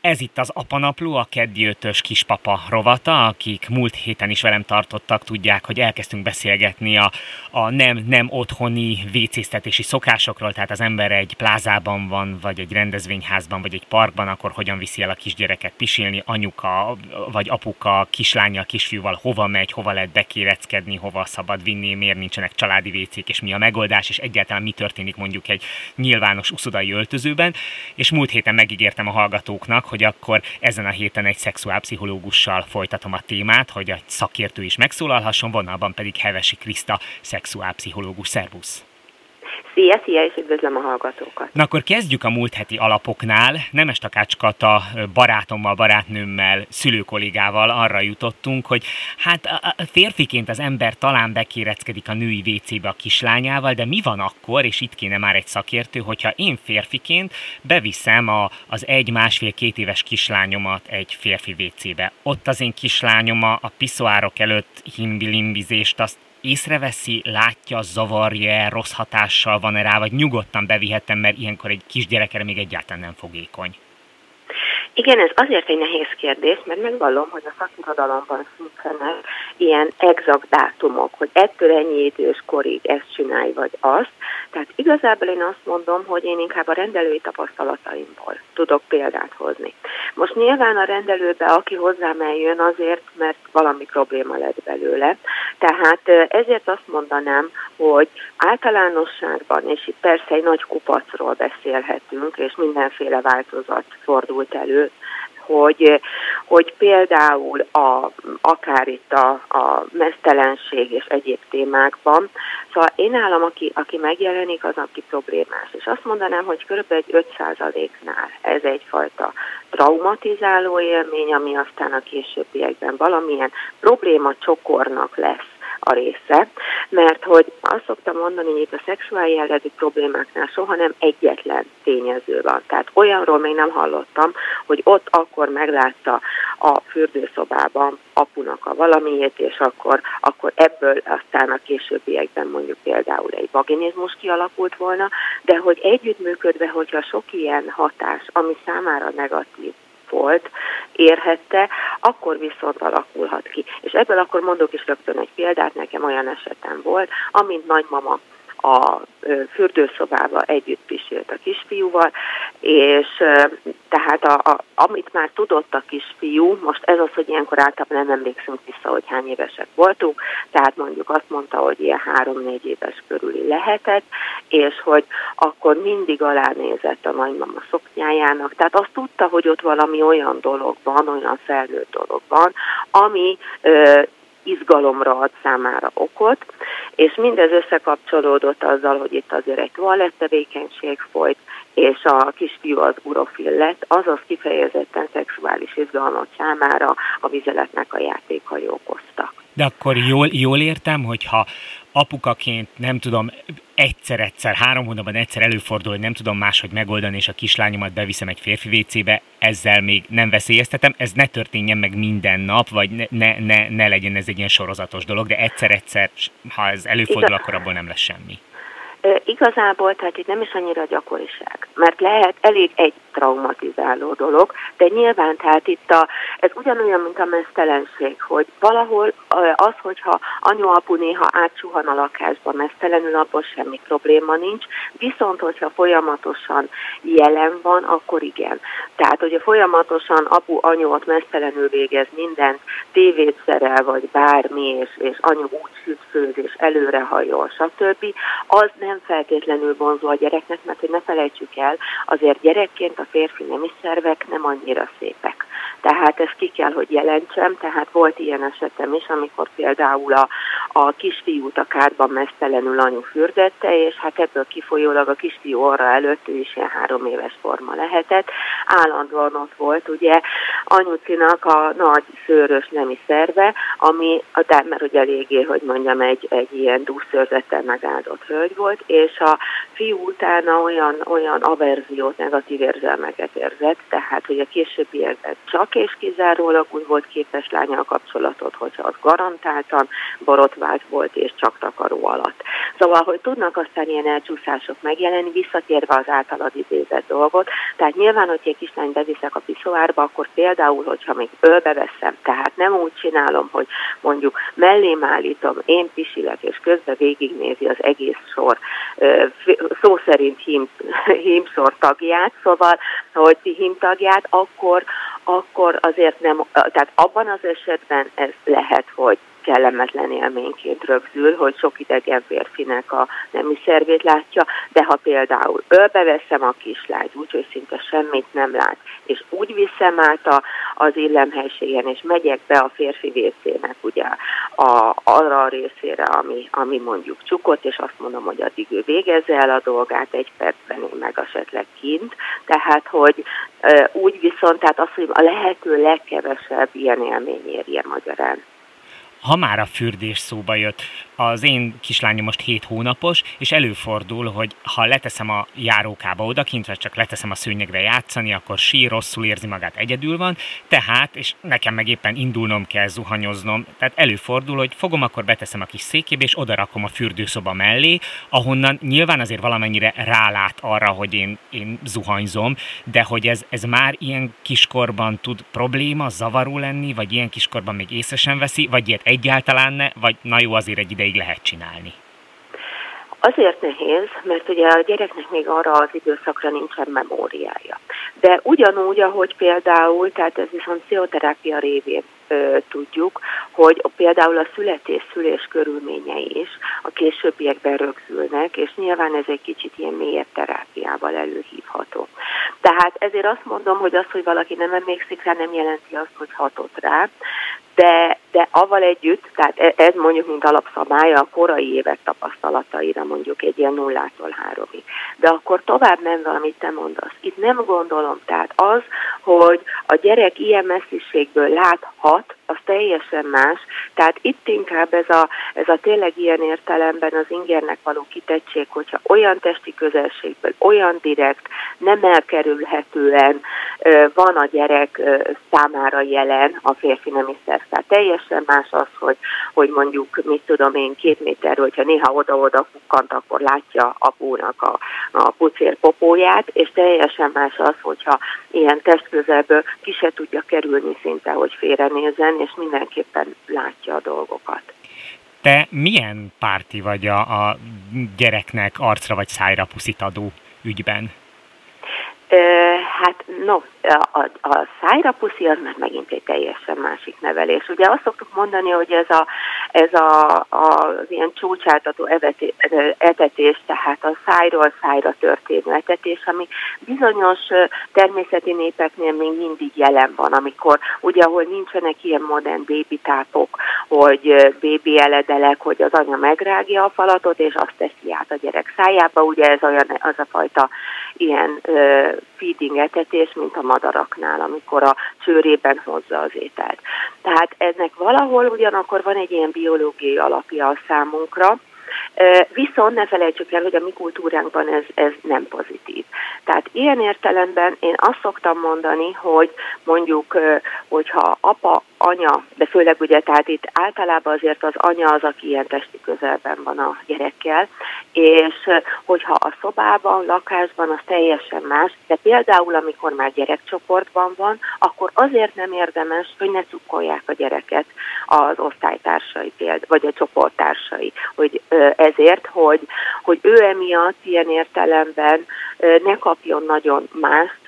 Ez itt az Apanapló, a keddi ötös kispapa rovata, akik múlt héten is velem tartottak, tudják, hogy elkezdtünk beszélgetni a nem otthoni vécéztetési szokásokról, tehát az ember egy plázában van, vagy egy rendezvényházban, vagy egy parkban, akkor hogyan viszi el a kisgyereket pisilni, anyuka vagy apuka kislánnyal, kisfiúval hova megy, hova lehet bekéreckedni, hova szabad vinni, miért nincsenek családi vécék, és mi a megoldás, és egyáltalán mi történik mondjuk egy nyilvános uszodai öltözőben. És múlt héten megígértem a hallgatóknak, hogy akkor ezen a héten egy szexuálpszichológussal folytatom a témát, hogy egy szakértő is megszólalhasson, vonalban pedig Hevesi Kriszta, szexuálpszichológus. Szervusz! Szia, és üdvözlöm a hallgatókat! Na akkor kezdjük a múlt heti alapoknál. Nemes Takács Kata barátommal, barátnőmmel, szülőkollégával arra jutottunk, hogy hát a férfiként az ember talán bekéreckedik a női vécébe a kislányával, de mi van akkor, és itt kéne már egy szakértő, hogyha én férfiként beviszem az 1,5-2 éves kislányomat egy férfi vécébe. Ott az én kislányom a piszoárok előtt himbilimbizést, azt észreveszi, látja, zavarja, rossz hatással van rá, vagy nyugodtan bevihetem, mert ilyenkor egy kisgyerekre még egyáltalán nem fogékony? Igen, ez azért egy nehéz kérdés, mert megvallom, hogy a szakirodalomban nincsenek ilyen exakt dátumok, hogy ettől ennyi idős korig ezt csinálj, vagy azt. Tehát igazából én azt mondom, hogy én inkább a rendelői tapasztalataimból tudok példát hozni. Most nyilván a rendelőbe, aki hozzám eljön azért, mert valami probléma lett belőle. Tehát ezért azt mondanám, hogy általánosságban, és itt persze egy nagy kupacról beszélhetünk, és mindenféle változat fordult elő, hogy például akár itt a meztelenség és egyéb témákban, szóval én nálam, aki megjelenik, az, aki problémás. És azt mondanám, hogy kb. 5%-nál ez egyfajta traumatizáló élmény, ami aztán a későbbiekben valamilyen probléma csokornak lesz a része, mert hogy azt szoktam mondani, hogy itt a szexuális jellegű problémáknál soha nem egyetlen tényező van. Tehát olyanról még nem hallottam, hogy ott akkor meglátta a fürdőszobában apunak a valamiét, és akkor ebből aztán a későbbiekben mondjuk például egy vaginizmus kialakult volna, de hogy együttműködve, hogyha sok ilyen hatás, ami számára negatív volt, érhette, akkor viszont alakulhat ki. És ebből akkor mondok is rögtön egy példát, nekem olyan esetem volt, amint nagymama a fürdőszobába együtt pisilt a kisfiúval, és tehát amit már tudott a kisfiú, most ez az, hogy ilyenkor általában nem emlékszünk vissza, hogy hány évesek voltunk, tehát mondjuk azt mondta, hogy ilyen 3-4 éves körüli lehetett, és hogy akkor mindig alánézett a nagymama szoknyájának, tehát azt tudta, hogy ott valami olyan dolog van, olyan felnőtt dolog van, ami izgalomra ad számára okot, és mindez összekapcsolódott azzal, hogy itt azért egy toaletttevékenység folyt, és a kisfiú az urofil lett, azaz kifejezetten szexuális izgalmat számára a vizeletnek a játékai okoztak. De akkor jól értem, hogyha apukaként, nem tudom, egyszer, 3 hónapban egyszer előfordul, hogy nem tudom máshogy megoldani, és a kislányomat beviszem egy férfi vécébe, ezzel még nem veszélyeztetem, ez ne történjen meg minden nap, vagy ne legyen ez egy ilyen sorozatos dolog, de egyszer, ha ez előfordul, akkor abból nem lesz semmi. Igazából, tehát itt nem is annyira gyakoriság, mert lehet elég egy traumatizáló dolog, de nyilván tehát itt ez ugyanolyan, mint a meztelenség, hogy valahol az, hogyha anyu-apu néha átsuhan a lakásba meztelenül, abból semmi probléma nincs, viszont hogyha folyamatosan jelen van, akkor igen. Tehát, hogyha folyamatosan apu-anyu ott meztelenül végez mindent, tévét szerel, vagy bármi, és anyu úgy süt, és előrehajol, stb., az nem feltétlenül vonzó a gyereknek, mert hogy ne felejtsük el, azért gyerekként a férfi nemi szervek nem annyira szépek. Tehát ezt ki kell, hogy jelentsem, tehát volt ilyen esetem is, amikor például a kisfiút a kádban meztelenül anyu fürdette, és hát ebből kifolyólag a kisfiú orra előtt ő is ilyen 3 éves forma lehetett. Állandóan ott volt ugye anyucinak a nagy szőrös nemi szerve, ami mert hogy eléggé, hogy mondjam, egy ilyen dúszőrzettel megáldott hölgy volt, és a fiú utána olyan averziót, negatív érzelmeket érzett, tehát hogy a későbbiekben csak és kizárólag úgy volt képes lányal kapcsolatot, hogyha az garantáltan borotvált volt és csak takaró alatt. Szóval, hogy tudnak aztán ilyen elcsúszások megjelenni, visszatérve az általad idézett dolgot, tehát nyilván, hogy egy kislányt beviszek a piszoárba, akkor például, hogyha még ölbe veszem, tehát nem úgy csinálom, hogy mondjuk mellém állítom, én pisilek, és közben végignézi az egész sor, szó szerint hímsor tagját, szóval, hogy hímtagját, akkor azért nem, tehát abban az esetben ez lehet, hogy kellemetlen élményként rögzül, hogy sok idegen férfinek a nemi szervét látja, de ha például ölbeveszem a kislányt, úgyhogy szinte semmit nem lát, és úgy viszem át az illemhelységen, és megyek be a férfi vécének ugye arra a részére, ami mondjuk csukott, és azt mondom, hogy addig ő végezze el a dolgát, egy percben én meg esetleg kint, tehát hogy úgy viszont, tehát az, hogy a lehető legkevesebb ilyen élmény érje magyarán. Ha már a fürdés szóba jött, az én kislányom most 7 hónapos, és előfordul, hogy ha leteszem a járókába odakint, vagy csak leteszem a szőnyegre játszani, akkor sír, rosszul érzi magát, egyedül van, tehát, és nekem meg éppen indulnom kell, zuhanyoznom, tehát előfordul, hogy fogom, akkor beteszem a kis székébe, és odarakom a fürdőszoba mellé, ahonnan nyilván azért valamennyire rálát arra, hogy én zuhanyzom, de hogy ez már ilyen kiskorban tud probléma, zavaró lenni, vagy ilyen kiskorban még észre sem veszi, vagy ilyet egyáltalán ne, vagy na jó, azért egy ideig lehet csinálni. Azért nehéz, mert ugye a gyereknek még arra az időszakra nincsen memóriája. De ugyanúgy, ahogy például, tehát ez viszont pszichoterápia révén tudjuk, hogy például a születés-szülés körülményei is a későbbiekben rögzülnek, és nyilván ez egy kicsit ilyen mélyebb terápiával előhívható. Tehát ezért azt mondom, hogy az, hogy valaki nem emlékszik rá, nem jelenti azt, hogy hatott rá, de avval együtt, tehát ez mondjuk mint alapszabálya a korai évek tapasztalataira mondjuk egy ilyen 0-tól 3-ig. De akkor tovább menve, amit te mondasz, itt nem gondolom, tehát az, hogy a gyerek ilyen messziségből láthat, az teljesen más, tehát itt inkább ez a tényleg ilyen értelemben az ingernek való kitettség, hogyha olyan testi közelségből, olyan direkt, nem elkerülhetően van a gyerek számára jelen a férfi nemi szerv. Tehát teljesen más az, hogy mondjuk, mit tudom én, 2 méterről, hogyha néha oda-oda fukkant, akkor látja apónak a pucér popóját, és teljesen más az, hogyha ilyen testközelből ki se tudja kerülni szinte, hogy félrenézzen, és mindenképpen látja a dolgokat. Te milyen párti vagy a gyereknek arcra vagy szájra puszit adó ügyben? Hát no, a szájra puszi az már megint egy teljesen másik nevelés. Ugye azt szoktuk mondani, hogy ez az ilyen csúcsáltató etetés, tehát a szájról szájra történő etetés, ami bizonyos természeti népeknél még mindig jelen van, amikor ugye, ahol nincsenek ilyen modern bébitápok, hogy bébi eledelek, hogy az anya megrágja a falatot, és azt teszi át a gyerek szájába, ugye ez az a fajta ilyen feeding etetés, mint a madaraknál, amikor a csőrében hozza az ételt. Tehát ennek valahol ugyanakkor van egy ilyen biológiai alapja a számunkra, viszont ne felejtsük el, hogy a mi kultúránkban ez nem pozitív. Tehát ilyen értelemben én azt szoktam mondani, hogy mondjuk, hogyha apa, anya, de főleg ugye, tehát itt általában azért az anya az, aki ilyen testi közelben van a gyerekkel, és hogyha a szobában, lakásban, az teljesen más, de például amikor már gyerekcsoportban van, akkor azért nem érdemes, hogy ne cukkolják a gyereket az osztálytársai vagy a csoporttársai, hogy ezért, hogy ő emiatt ilyen értelemben ne kapjon nagyon mást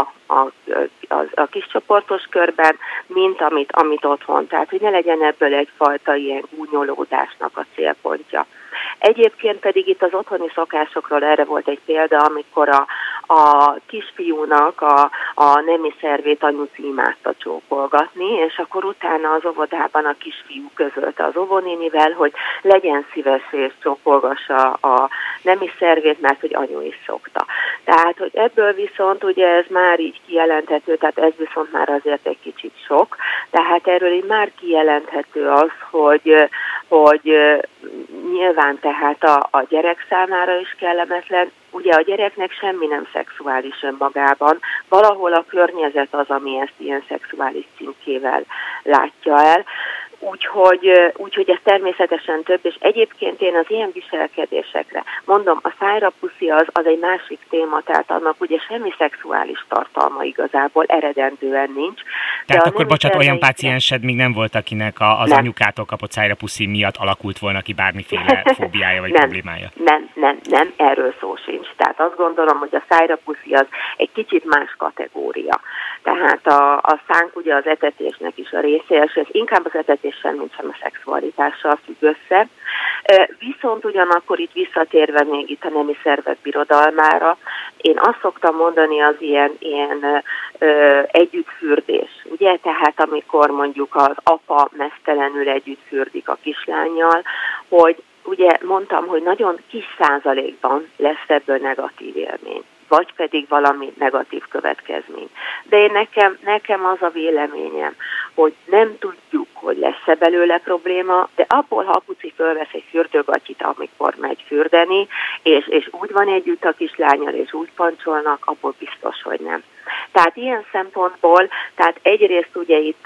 a kiscsoportos körben, mint amit otthon. Tehát, hogy ne legyen ebből egyfajta ilyen gúnyolódásnak a célpontja. Egyébként pedig itt az otthoni szokásokról erre volt egy példa, amikor a kisfiúnak a nemi szervét anyuci imádta csókolgatni, és akkor utána az óvodában a kisfiú közölte az óvónénivel, hogy legyen szíves és csókolgassa a nemi szervét, mert hogy anyu is szokta. Tehát, hogy ebből viszont ugye ez már így kijelenthető, tehát ez viszont már azért egy kicsit sok, tehát erről így már kijelenthető az, hogy nyilván tehát a gyerek számára is kellemetlen. Ugye a gyereknek semmi nem szexuális önmagában, valahol a környezet az, ami ezt ilyen szexuális címkével látja el. Úgyhogy ez természetesen több, és egyébként én az ilyen viselkedésekre, mondom, a szájra puszi az egy másik téma, tehát annak ugye semmi szexuális tartalma igazából eredendően nincs. Tehát akkor, bocsánat, olyan páciensed még nem volt, akinek az anyukától kapott szájra puszi miatt alakult volna ki bármiféle fóbiája vagy problémája? Nem, erről szó sincs. Tehát azt gondolom, hogy a szájra puszi az egy kicsit más kategória. Tehát a szánk ugye az etetésnek is a része, és ez inkább az etetéssel, mint sem a szexualitással függ össze. Viszont ugyanakkor itt visszatérve még itt a nemi szervek birodalmára, én azt szoktam mondani az ilyen együttfürdés, ugye? Tehát amikor mondjuk az apa meztelenül együtt fürdik a kislánnyal, hogy ugye mondtam, hogy nagyon kis százalékban lesz ebből negatív élmény, vagy pedig valami negatív következmény. De nekem az a véleményem, hogy nem tudjuk, hogy lesz-e belőle probléma, de abból, ha a puci fölvesz egy fürdőgatyit, amikor megy fürdeni, és úgy van együtt a kislánnyal, és úgy pancsolnak, abból biztos, hogy nem. Tehát ilyen szempontból, tehát egyrészt ugye itt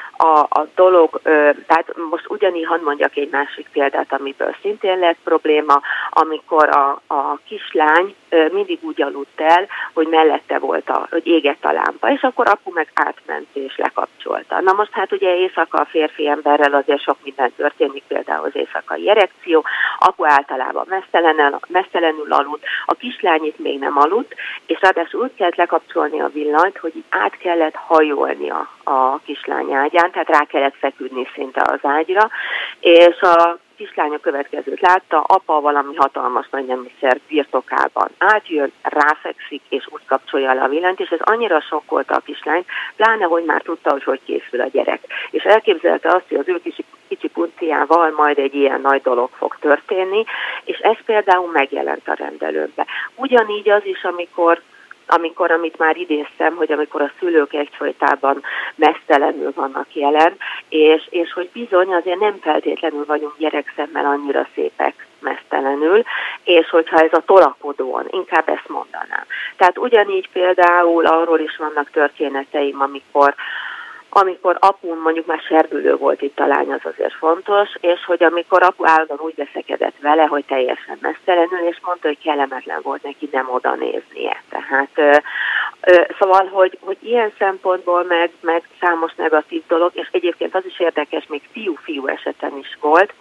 a dolog, tehát most ugyanígy hadd mondjak egy másik példát, amiből szintén lett probléma, amikor a kislány mindig úgy aludt el, hogy mellette volt, hogy égett a lámpa, és akkor apu meg átment és lekapcsolta. Na most hát ugye éjszaka a férfi emberrel azért sok minden történik, például az éjszakai erekció, apu általában mesztelenül aludt, a kislány itt még nem aludt, és ráadásul úgy kellett lekapcsolni a villanyt, hogy így át kellett hajolni a kislány ágyán, tehát rá kellett feküdni szinte az ágyra, és a kislány a következőt látta, apa valami hatalmas nagy nemiszer birtokában átjön, ráfekszik, és úgy kapcsolja le a villanyt, és ez annyira sokkolta a kislányt, pláne, hogy már tudta, hogy készül a gyerek. És elképzelte azt, hogy az ő kicsi punciával majd egy ilyen nagy dolog fog történni, és ez például megjelent a rendelőbe. Ugyanígy az is, amit már idéztem, hogy amikor a szülők egyfolytában meztelenül vannak jelen, és hogy bizony azért nem feltétlenül vagyunk gyerekszemmel annyira szépek meztelenül, és hogyha ez a tolakodóan, inkább ezt mondanám. Tehát ugyanígy például arról is vannak történeteim, amikor apu mondjuk már serdülő volt itt a lány, az azért fontos, és hogy amikor apu állandóan úgy veszekedett vele, hogy teljesen meztelenül, és mondta, hogy kellemetlen volt neki nem oda néznie. Tehát szóval, hogy ilyen szempontból meg számos negatív dolog, és egyébként az is érdekes, még fiú-fiú eseten is volt,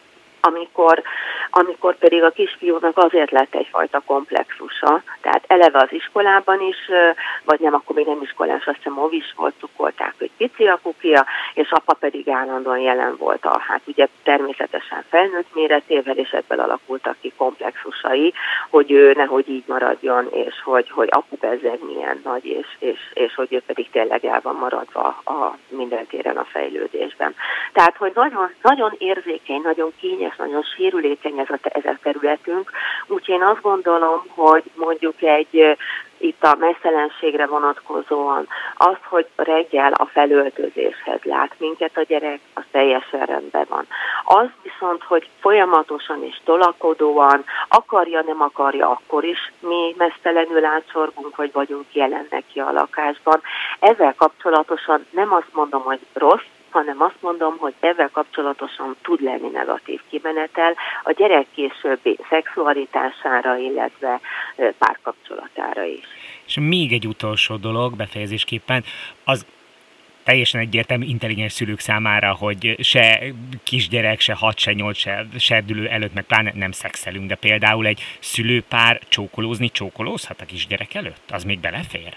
amikor pedig a kisfiúnak azért lett egyfajta komplexusa, tehát eleve az iskolában is, vagy nem, akkor még nem iskolás, azt hiszem óvis volt, cukolták, hogy pici a kukia, és apa pedig állandóan jelen volt hát ugye természetesen felnőtt méretével, és ebből alakultak ki komplexusai, hogy ő nehogy így maradjon, és hogy apu bezzeg milyen nagy, és hogy ő pedig tényleg el van maradva a minden téren a fejlődésben. Tehát, hogy nagyon, nagyon érzékeny, nagyon kényes, nagyon sérülékeny ez a területünk, úgyhogy én azt gondolom, hogy mondjuk itt a messzelenségre vonatkozóan az, hogy reggel a felöltözéshez lát minket a gyerek, az teljesen rendben van. Az viszont, hogy folyamatosan és tolakodóan, akarja, nem akarja, akkor is mi mesztelenül átsorgunk, vagy vagyunk jelen neki a lakásban. Ezzel kapcsolatosan nem azt mondom, hogy rossz, hanem azt mondom, hogy ezzel kapcsolatosan tud lenni negatív kimenetel a gyerek későbbi szexualitására, illetve párkapcsolatára is. És még egy utolsó dolog befejezésképpen, az teljesen egyértelmű intelligens szülők számára, hogy se kisgyerek, se 6, se 8, se serdülő előtt, meg pláne nem szexelünk, de például egy szülőpár csókolózhat a kisgyerek előtt? Az még belefér?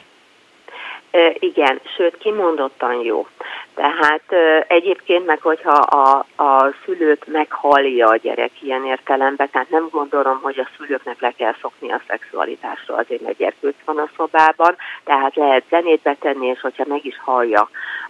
Igen, sőt kimondottan jó. Tehát egyébként meg, hogyha a szülőt meghallja a gyerek ilyen értelemben, tehát nem gondolom, hogy a szülőknek le kell szokni a szexualitásról, azért mert gyerkőc van a szobában, tehát lehet zenét betenni, és hogyha meg is hallja,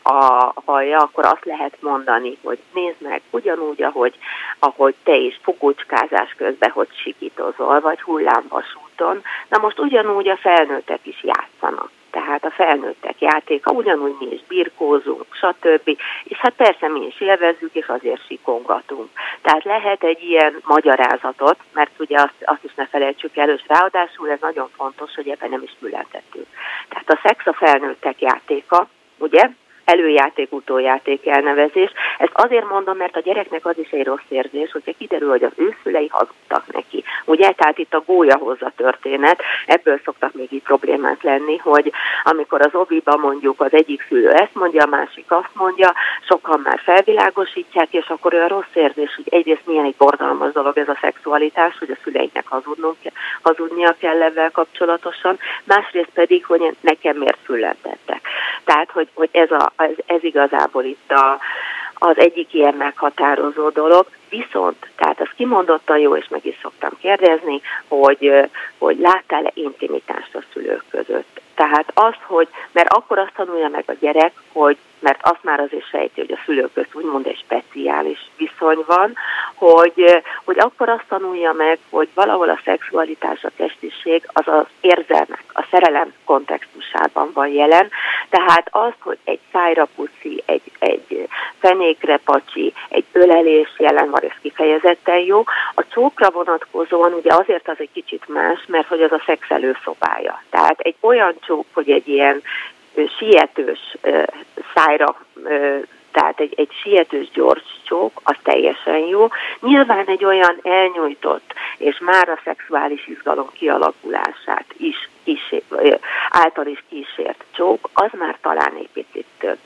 akkor azt lehet mondani, hogy nézd meg, ugyanúgy, ahogy te is fukócskázás közben, hogy sikítozol, vagy hullámvasút úton. Na most ugyanúgy a felnőttek is játszanak. Tehát a felnőttek játéka, ugyanúgy mi is birkózunk, stb. És hát persze mi is élvezzük, és azért sikongatunk. Tehát lehet egy ilyen magyarázatot, mert ugye azt is ne felejtsük el, és ráadásul ez nagyon fontos, hogy ebben nem is bültetünk. Tehát a szex a felnőttek játéka, ugye? Előjáték, utójáték elnevezés. Ezt azért mondom, mert a gyereknek az is egy rossz érzés, hogyha kiderül, hogy az ő szülei hazudtak neki. Ugye, tehát itt a gólyahoza történet, ebből szoktak még így problémák lenni, hogy amikor az oviban mondjuk az egyik szülő ezt mondja, a másik azt mondja, sokan már felvilágosítják, és akkor olyan rossz érzés, hogy egyrészt milyen egy borzalmas dolog ez a szexualitás, hogy a szüleinknek hazudnia kell ezzel kapcsolatosan, másrészt pedig, hogy nekem miért füllentettek. Tehát, hogy ez igazából itt az egyik ilyen meghatározó dolog, viszont, tehát az kimondottan jó, és meg is szoktam kérdezni, hogy láttál-e intimitást a szülők között. Tehát az, mert akkor azt tanulja meg a gyerek, mert azt már azért sejti, hogy a szülők között úgymond egy speciális viszony van, hogy akkor azt tanulja meg, hogy valahol a szexualitás, a testiség az az érzelmek, a szerelem kontextusában van jelen. Tehát az, hogy egy szájra puszi, egy fenékre pacsi, egy ölelés jelen van, ez kifejezetten jó. A csókra vonatkozóan ugye azért az egy kicsit más, mert hogy az a szex előszobája. Tehát egy olyan csók, hogy egy ilyen sietős szájra, tehát egy sietős gyors csók, az teljesen jó. Nyilván egy olyan elnyújtott, és már a szexuális izgalom kialakulását is által is kísért csók, az már talán egy picit több.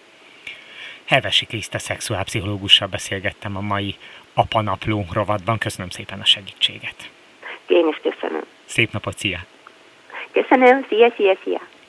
Hevesi Kriszta szexuálpszichológussal beszélgettem a mai Apanapló rovatban. Köszönöm szépen a segítséget. Én is köszönöm. Szép napot, szia! Köszönöm, szia!